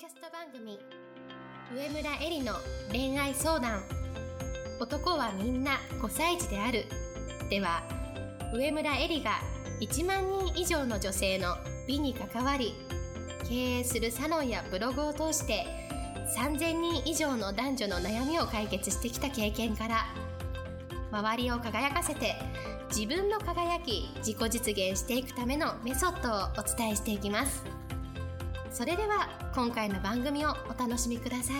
キャスト番組上村えりの恋愛相談。男はみんな5歳児であるでは、上村えりが1万人以上の女性の美に関わり、経営するサロンやブログを通して3000人以上の男女の悩みを解決してきた経験から、周りを輝かせて自分の輝き自己実現していくためのメソッドをお伝えしていきます。それでは今回の番組をお楽しみください。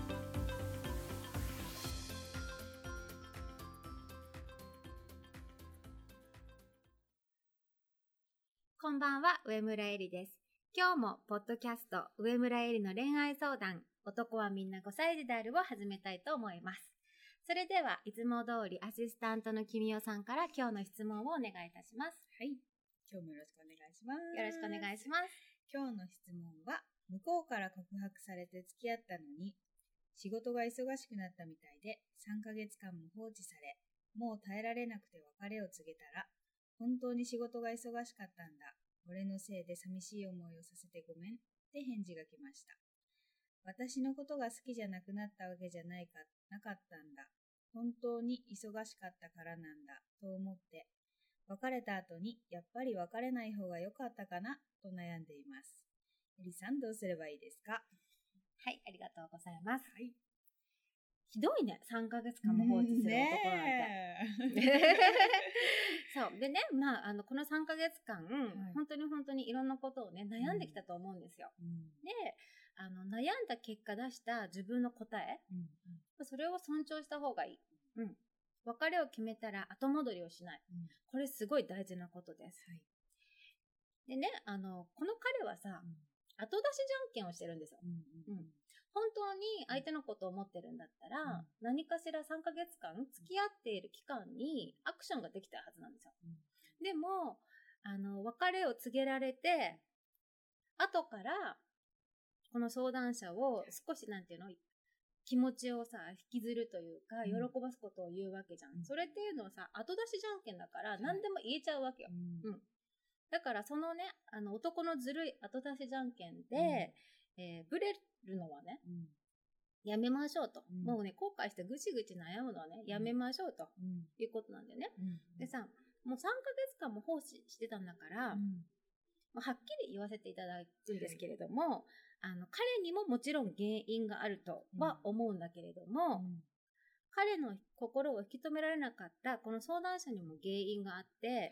こんばんは、上村えりです。今日もポッドキャスト上村えりの恋愛相談、男はみんな5歳児であるを始めたいと思います。それではいつも通りアシスタントのきみおさんから今日の質問をお願いいたします。 はい、今日もよろしくお願いします。 よろしくお願いします。 今日の質問は、向こうから告白されて付き合ったのに仕事が忙しくなったみたいで3ヶ月間も放置され、もう耐えられなくて別れを告げたら、本当に仕事が忙しかったんだ、俺のせいで寂しい思いをさせてごめんって返事が来ました。私のことが好きじゃなくなったわけじゃなかったんだ、本当に忙しかったからなんだと思って、別れた後にやっぱり別れない方が良かったかなと悩んでいます。えりさん、どうすればいいですか？ はい、ありがとうございます。 はい、 ひどいね、3ヶ月間も放置する男なんて。そうでね、この3ヶ月間、本当にいろんなことをね悩んできたと思うんですよ。で、悩んだ結果出した自分の答え、それを尊重した方がいい。別れを決めたら後戻りをしない。これすごい大事なことです。でね、この彼はさ、後出しじゃんけんをしてるんですよ。本当に相手のことを思ってるんだったら、何かしら3ヶ月間付き合っている期間にアクションができたはずなんですよ。でも、別れを告げられて、後から、この相談者を少し気持ちをさ、引きずるというか、喜ばすことを言うわけじゃん。それっていうのはさ、後出しじゃんけんだから、何でも言えちゃうわけよ。だからそのね、男のずるい後出しじゃんけんで、ブレるのはね、やめましょうと。もうね、後悔してぐちぐち悩むのはね、やめましょうということなんだよね。でさ、もう3ヶ月間も放置してたんだから、はっきり言わせていただくんですけれども、彼にももちろん原因があるとは思うんだけれども、彼の心を引き止められなかったこの相談者にも原因があって、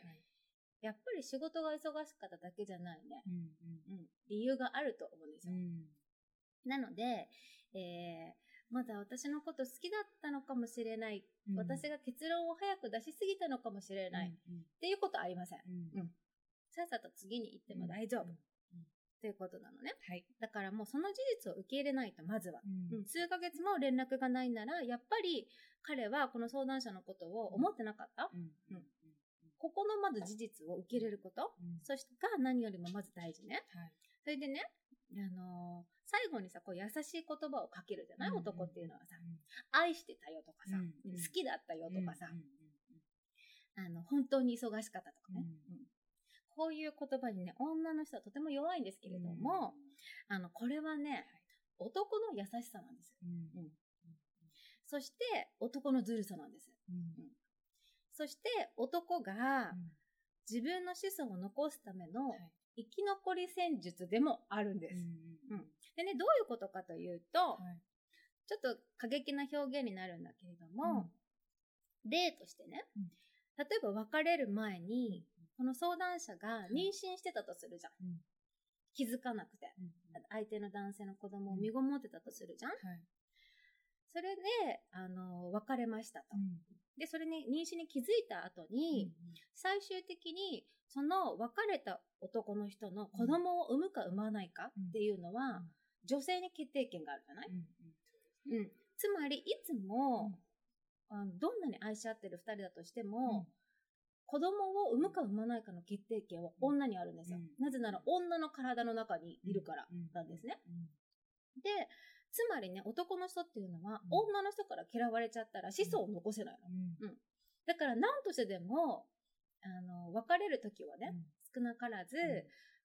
やっぱり仕事が忙しかっただけじゃないね。理由があると思うんですよ。なので、まだ私のこと好きだったのかもしれない。私が結論を早く出しすぎたのかもしれない。っていうことはありません。さっさと次に行っても大丈夫。ということなのね。だからもうその事実を受け入れないと、まずは。数ヶ月も連絡がないなら、やっぱり彼はこの相談者のことを思ってなかった。ここのまず事実を受け入れること、そしてが何よりもまず大事ね。それでね、最後にさ、こう優しい言葉をかけるじゃない、男っていうのはさ、愛してたよとかさ、好きだったよとかさ、本当に忙しかったとかね。こういう言葉にね、女の人はとても弱いんですけれども、これはね、男の優しさなんです。そして男のずるさなんです。そして男が自分の子孫を残すための生き残り戦術でもあるんです。でね、どういうことかというと、ちょっと過激な表現になるんだけれども、例としてね、例えば別れる前にこの相談者が妊娠してたとするじゃん。気づかなくて、相手の男性の子供を身ごもってたとするじゃん。それで別れましたと。で、それに妊娠に気づいた後に、最終的にその別れた男の人の子供を産むか産まないかっていうのは、女性に決定権があるじゃない？つまりいつも、どんなに愛し合ってる2人だとしても、子供を産むか産まないかの決定権は女にあるんですよ。なぜなら女の体の中にいるからなんですね。で、つまりね、男の人っていうのは、女の人から嫌われちゃったら子孫を残せないの。だから何としてでも、別れるときはね、少なからず、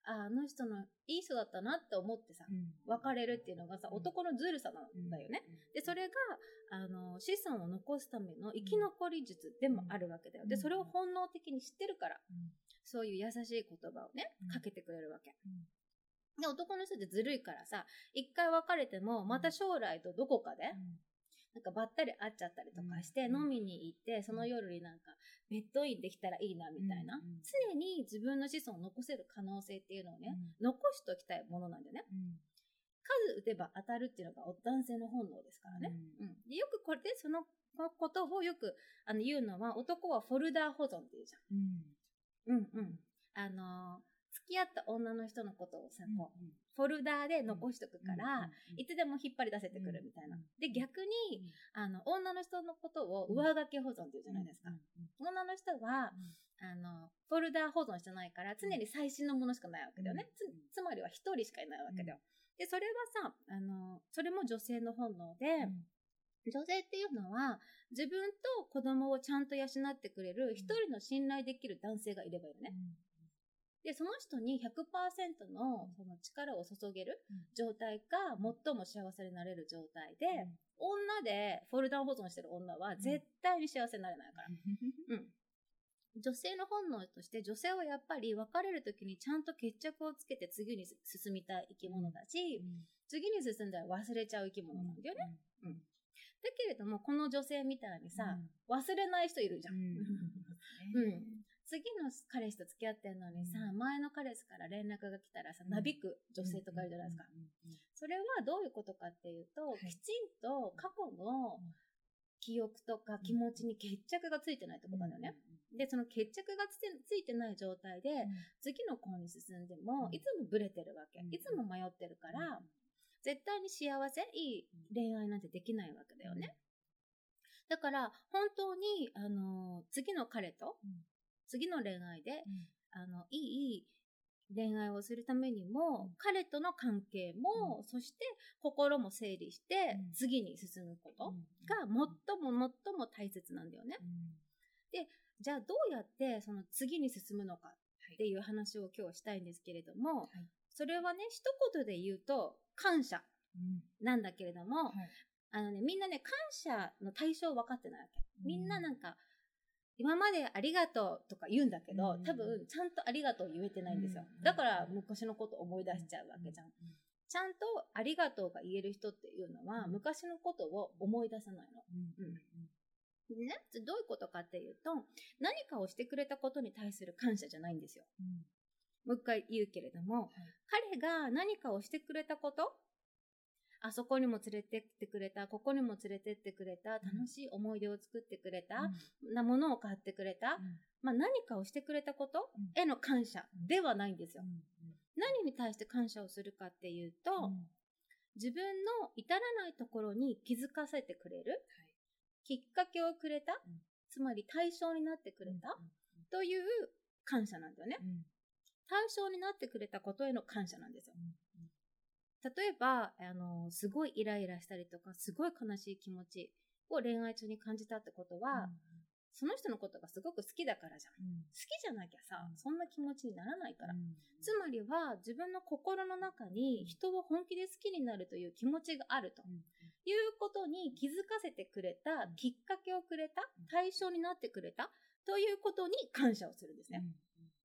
あの人のいい人だったなって思ってさ、別れるっていうのがさ、男のずるさなんだよね。で、それが、子孫を残すための生き残り術でもあるわけだよ。で、それを本能的に知ってるから、そういう優しい言葉をね、かけてくれるわけ。で、男の人ってずるいからさ、一回別れても、また将来とどこかで、なんかばったり会っちゃったりとかして、飲みに行って、その夜になんか、ベッドインできたらいいな、みたいな。常に自分の子孫を残せる可能性っていうのをね、残しておきたいものなんだよね。数打てば当たるっていうのが男性の本能ですからね。でよくこれで、そのことをよく言うのは、男はフォルダー保存っていうじゃん。付き合った女の人のことをさ、こう、フォルダーで残しとくから、いつでも引っ張り出せてくるみたいな。で、逆に、女の人のことを上書き保存っていうじゃないですか。女の人は、フォルダー保存してないから、常に最新のものしかないわけだよね。つまりは一人しかいないわけだよ。で、それはさ、それも女性の本能で、女性っていうのは、自分と子供をちゃんと養ってくれる一人の信頼できる男性がいればいいよね。で、その人に 100% のその力を注げる状態が最も幸せになれる状態で、女でフォルダー保存してる女は絶対に幸せになれないから。女性の本能として女性はやっぱり別れるときにちゃんと決着をつけて次に進みたい生き物だし、次に進んだら忘れちゃう生き物なんだよね。だけれども、この女性みたいにさ、忘れない人いるじゃん。次の彼氏と付き合ってんのにさ、前の彼氏から連絡が来たらさ、なびく女性とかいるじゃないですか。それはどういうことかっていうと、きちんと過去の記憶とか気持ちに決着がついてないってことなんだよね。で、その決着がついてない状態で、次の子に進んでも、いつもブレてるわけ。いつも迷ってるから、絶対に幸せ、いい恋愛なんてできないわけだよね。だから、本当に、次の彼と、次の恋愛で、いい恋愛をするためにも、彼との関係も、そして心も整理して、次に進むことが最も大切なんだよね。で、じゃあどうやってその次に進むのかっていう話を今日したいんですけれども、それはね、一言で言うと、感謝なんだけれども、みんなね、感謝の対象分かってないわけ。みんななんか、今までありがとうとか言うんだけど、多分ちゃんとありがとう言えてないんですよ。だから昔のこと思い出しちゃうわけじゃん。ちゃんとありがとうが言える人っていうのは、昔のことを思い出さないの。でね、どういうことかっていうと、何かをしてくれたことに対する感謝じゃないんですよ。もう一回言うけれども、彼が何かをしてくれたこと、あそこにも連れてってくれた、ここにも連れてってくれた、楽しい思い出を作ってくれた、なものを買ってくれた、何かをしてくれたことへの感謝ではないんですよ。何に対して感謝をするかっていうと、自分の至らないところに気づかせてくれる、きっかけをくれた、つまり対象になってくれた、という感謝なんだよね。対象になってくれたことへの感謝なんですよ。例えば、すごいイライラしたりとか、すごい悲しい気持ちを恋愛中に感じたってことは、その人のことがすごく好きだからじゃん。好きじゃなきゃさ、そんな気持ちにならないから。つまりは、自分の心の中に人を本気で好きになるという気持ちがあるということに気づかせてくれた、きっかけをくれた、対象になってくれたということに感謝をするんですね。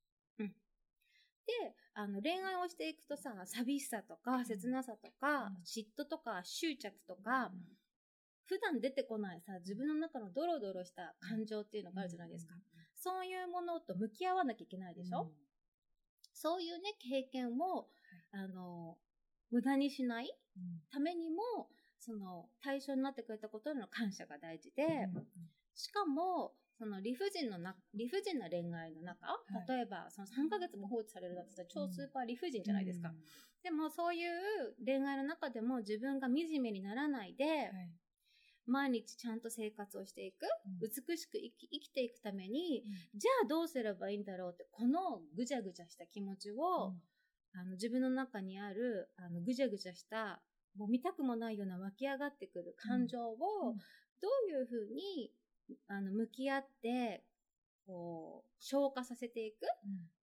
で、恋愛をしていくとさ、寂しさとか切なさとか、嫉妬とか執着とか、普段出てこないさ、自分の中のドロドロした感情っていうのがあるじゃないですか。そういうものと向き合わなきゃいけないでしょ。そういうね、経験を、無駄にしないためにも、その対象になってくれたことへの感謝が大事で、しかも、その理不尽な恋愛の中、例えばその3ヶ月も放置されるだったら超スーパー理不尽じゃないですか。でもそういう恋愛の中でも自分が惨めにならないで、毎日ちゃんと生活をしていく、美しく生きていくために、じゃあどうすればいいんだろうって、このぐちゃぐちゃした気持ちを、自分の中にあるぐちゃぐちゃしたもう見たくもないような湧き上がってくる感情をどういうふうに向き合ってこう消化させていく、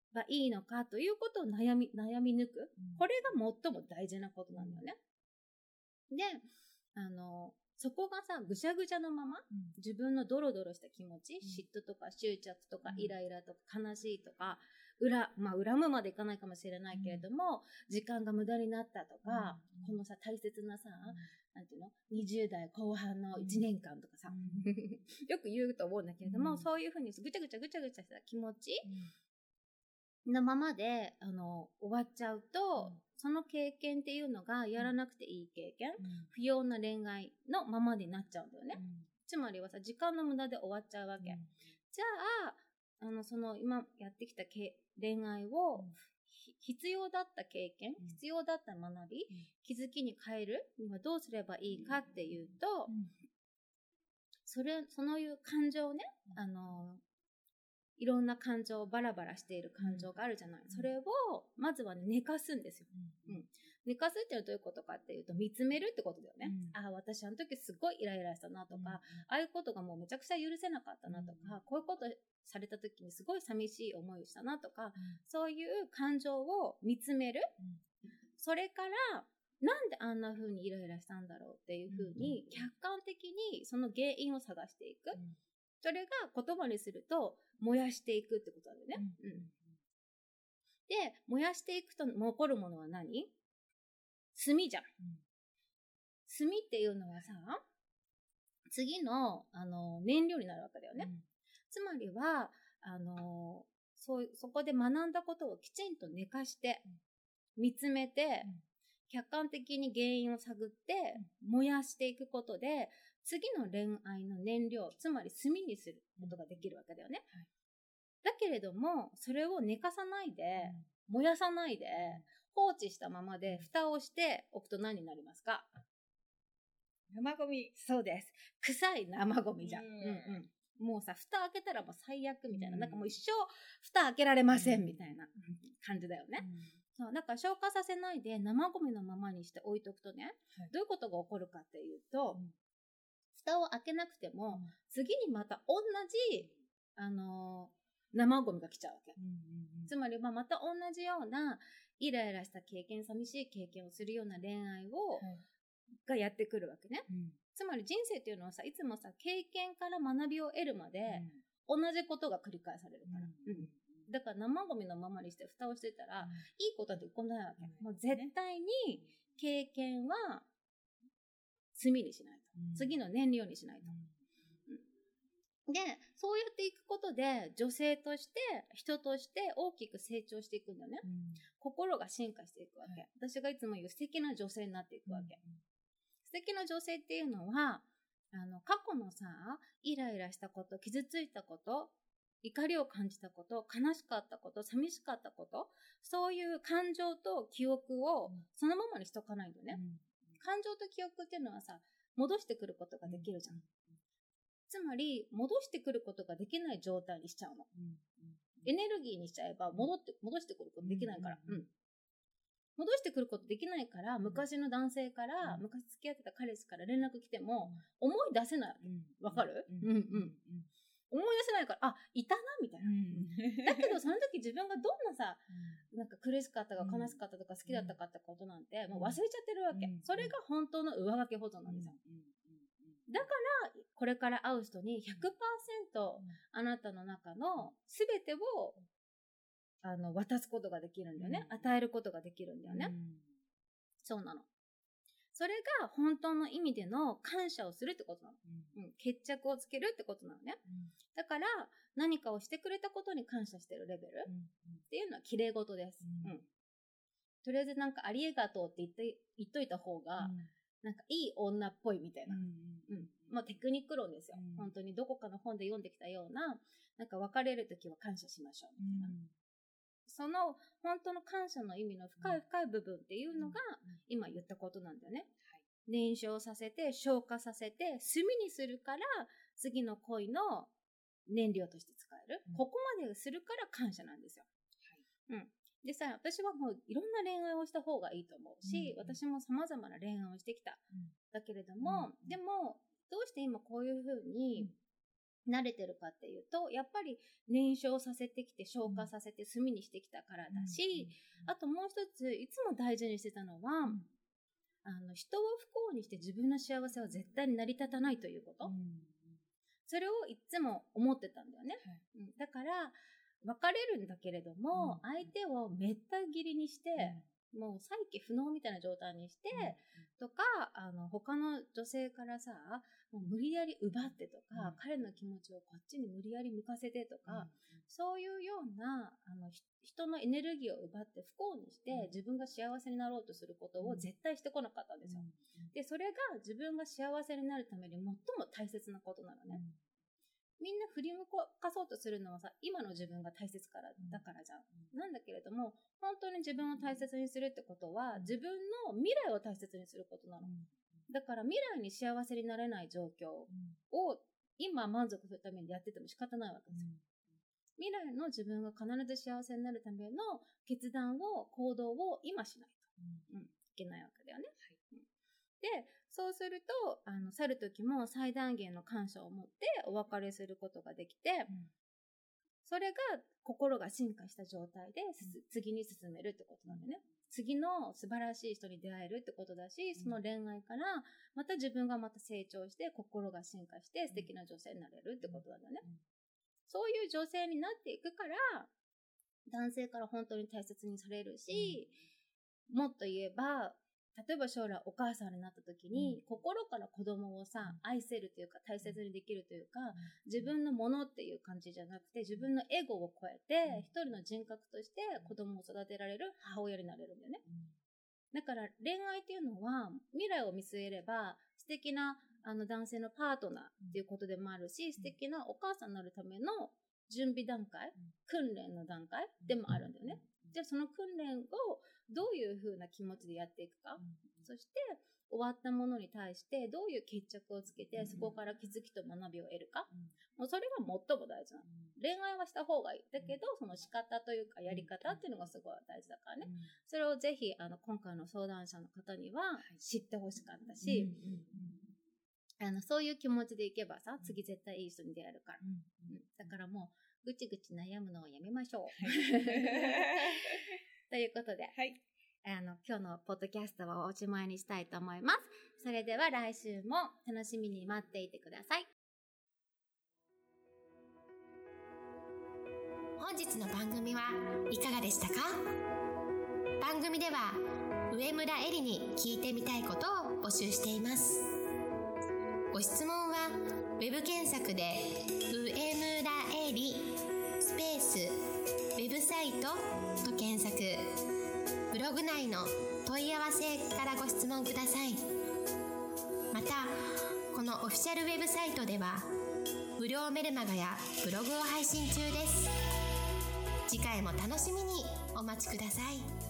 ばいいのかということを悩み抜く。これが最も大事なことなんだよね。で、そこがさ、ぐしゃぐしゃのまま、自分のドロドロした気持ち、嫉妬とか執着とかイライラとか悲しいとか、恨むまでいかないかもしれないけれども、時間が無駄になったとか、このさ、大切なさ、なんていうの ?20 代後半の1年間とかさ、よく言うと思うんだけれども、そういうふうにぐちゃぐちゃした気持ちのままで、終わっちゃうと、その経験っていうのがやらなくていい経験、不要な恋愛のままになっちゃうんだよね。つまりはさ、時間の無駄で終わっちゃうわけ。じゃあ、その今やってきた恋愛を、必要だった経験、必要だった学び、気づきに変えるにはどうすればいいかっていうと、そういう感情をね、いろんな感情、バラバラしている感情があるじゃない。それを、まずはね、寝かすんですよ。寝かすっていうのはどういうことかっていうと、見つめるってことだよね。私あの時すごいイライラしたなとか、ああいうことがもうめちゃくちゃ許せなかったなとか、こういうことされた時にすごい寂しい思いをしたなとか、そういう感情を見つめる。それから、なんであんな風にイライラしたんだろうっていう風に、客観的にその原因を探していく。それが言葉にすると、燃やしていくってことなんだよね。で、燃やしていくと残るものは何？炭じゃん。炭っていうのはさ、次の、燃料になるわけだよね。つまりは、そこで学んだことをきちんと寝かして、見つめて、客観的に原因を探って、燃やしていくことで、次の恋愛の燃料、つまり炭にすることができるわけだよね。だけれども、それを寝かさないで、燃やさないで、放置したままで、蓋をしておくと何になりますか？ 生ゴミ。 そうです。臭い生ゴミじゃん。もうさ、蓋開けたらもう最悪みたいな。なんかもう一生蓋開けられませんみたいな感じだよね。そう、だから消化させないで生ゴミのままにして置いとくとね、どういうことが起こるかっていうと、蓋を開けなくても、次にまた同じ、生ゴミが来ちゃうわけ。つまり、また同じような、イライラした経験、寂しい経験をするような恋愛がやってくるわけね。つまり人生っていうのはさ、いつもさ、経験から学びを得るまで、同じことが繰り返されるから。だから生ゴミのままにして蓋をしてたら、いいことは起こらないわけ。もう絶対に経験は炭にしないと。次の燃料にしないと。で、そうやっていくことで、女性として、人として大きく成長していくんだよね。心が進化していくわけ。私がいつも言う素敵な女性になっていくわけ。素敵な女性っていうのは、過去のさ、イライラしたこと、傷ついたこと、怒りを感じたこと、悲しかったこと、寂しかったこと、そういう感情と記憶をそのままにしとかないんだよね。感情と記憶っていうのはさ、戻してくることができるじゃん。つまり、戻してくることができない状態にしちゃうの。エネルギーにしちゃえば戻してくることできないから。戻してくることできないから、昔の男性から、昔付き合ってた彼氏から連絡来ても、思い出せない。わかる？思い出せないから、いたなみたいな。だけど、その時自分がどんなさ、なんか苦しかったか悲しかったとか好きだったかってことなんて、もう忘れちゃってるわけ。それが本当の上書き保存なんですよ。だから、これから会う人に 100% あなたの中の全てを渡すことができるんだよね。与えることができるんだよね。そうなの。それが本当の意味での感謝をするってことなの。決着をつけるってことなのね。だから、何かをしてくれたことに感謝してるレベルっていうのは綺麗事です。とりあえずなんかありがとうって言っといた方が、なんかいい女っぽいみたいな。まあテクニック論ですよ。本当にどこかの本で読んできたような、なんか別れるときは感謝しましょうみたいな。その本当の感謝の意味の深い深い部分っていうのが今言ったことなんだよね。燃焼させて消化させて炭にするから次の恋の燃料として使える。ここまでするから感謝なんですよ。でさ、私はもういろんな恋愛をした方がいいと思うし、私も様々な恋愛をしてきた。だけれども、でもどうして今こういう風に慣れてるかっていうと、やっぱり燃焼させてきて消化させて炭にしてきたからだし、あともう一ついつも大事にしてたのは、人を不幸にして自分の幸せは絶対に成り立たないということ、それをいつも思ってたんだよね、だから別れるんだけれども、相手をめった切りにして、もう再起不能みたいな状態にして、とか他の女性からさ、もう無理やり奪ってとか、彼の気持ちをこっちに無理やり向かせてとか、そういうような人のエネルギーを奪って不幸にして、自分が幸せになろうとすることを絶対してこなかったんですよ、でそれが自分が幸せになるために最も大切なことなのね、みんな振り向かそうとするのはさ、今の自分が大切からだからじゃん、なんだけれども、本当に自分を大切にするってことは、自分の未来を大切にすることなの、だから未来に幸せになれない状況を今満足するためにやってても仕方ないわけですよ、未来の自分が必ず幸せになるための決断を行動を今しないと、いけないわけだよね、でそうすると去る時も最大限の感謝を持ってお別れすることができて、それが心が進化した状態で次に進めるってことなんだよね、次の素晴らしい人に出会えるってことだし、その恋愛からまた自分がまた成長して心が進化して素敵な女性になれるってことなんだね、そういう女性になっていくから男性から本当に大切にされるし、もっと言えば例えば将来お母さんになった時に、心から子供をさ愛せるというか大切にできるというか、自分のものっていう感じじゃなくて、自分のエゴを超えて一人の人格として子供を育てられる母親になれるんだよね、だから恋愛っていうのは未来を見据えれば素敵な男性のパートナーっていうことでもあるし、素敵なお母さんになるための準備段階、訓練の段階でもあるんだよね、じゃあその訓練をどういう風な気持ちでやっていくか、そして終わったものに対してどういう決着をつけて、そこから気づきと学びを得るか、もうそれが最も大事なの、恋愛はした方がいい、だけどその仕方というかやり方っていうのがすごい大事だからね、それをぜひ今回の相談者の方には知ってほしかったし、そういう気持ちでいけばさ、次絶対いい人に出会えるから、だからもうぐちぐち悩むのをやめましょうということで、今日のポッドキャストはおしまいにしたいと思います。それでは来週も楽しみに待っていてください。 本日の番組はいかがでしたか？番組では上村えりに聞いてみたいことを募集しています。ご質問はウェブ検索で上村えりスペースウェブサイトと検索、ブログ内の問い合わせからご質問ください。またこのオフィシャルウェブサイトでは無料メルマガやブログを配信中です。次回も楽しみにお待ちください。